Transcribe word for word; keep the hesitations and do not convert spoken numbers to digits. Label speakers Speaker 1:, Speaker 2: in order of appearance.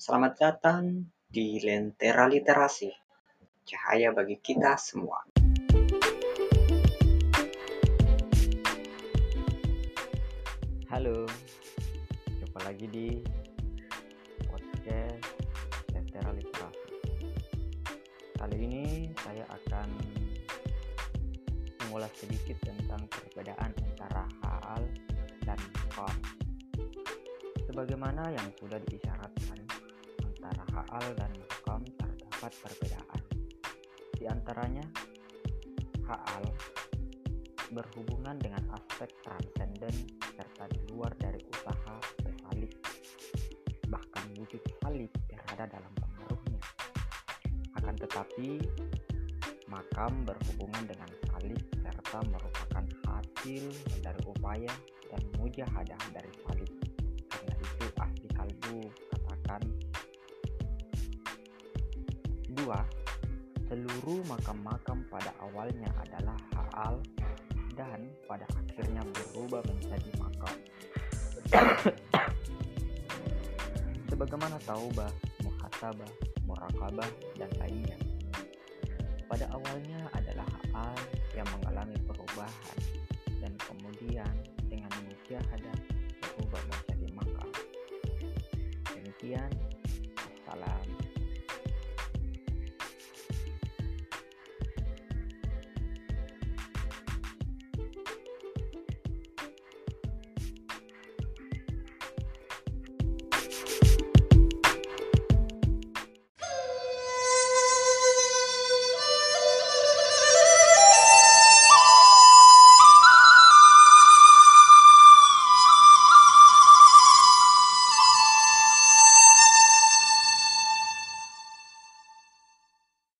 Speaker 1: Selamat datang di Lentera Literasi, cahaya bagi kita semua.
Speaker 2: Halo, jumpa lagi di podcast Lentera Literasi. Kali ini saya akan mengulas sedikit tentang perbedaan antara hal dan maqam. Sebagaimana yang sudah diisyaratkan, antara hal dan maqam terdapat perbedaan. Di antaranya, hal berhubungan dengan aspek transenden serta di luar dari usaha bersalik. Bahkan wujud salik berada dalam pengaruhnya. Akan tetapi, maqam berhubungan dengan salik serta merupakan hasil dari upaya dan mujahadah dari salik. Karena itu ahli kalbu katakan, dua, seluruh makam-makam pada awalnya adalah hal dan pada akhirnya berubah menjadi maqam. Sebagaimana taubah, muhasabah, muraqabah, dan lainnya. Pada awalnya adalah hal yang mengalami perubahan dan kemudian dengan mujahadah berubah menjadi maqam. Demikian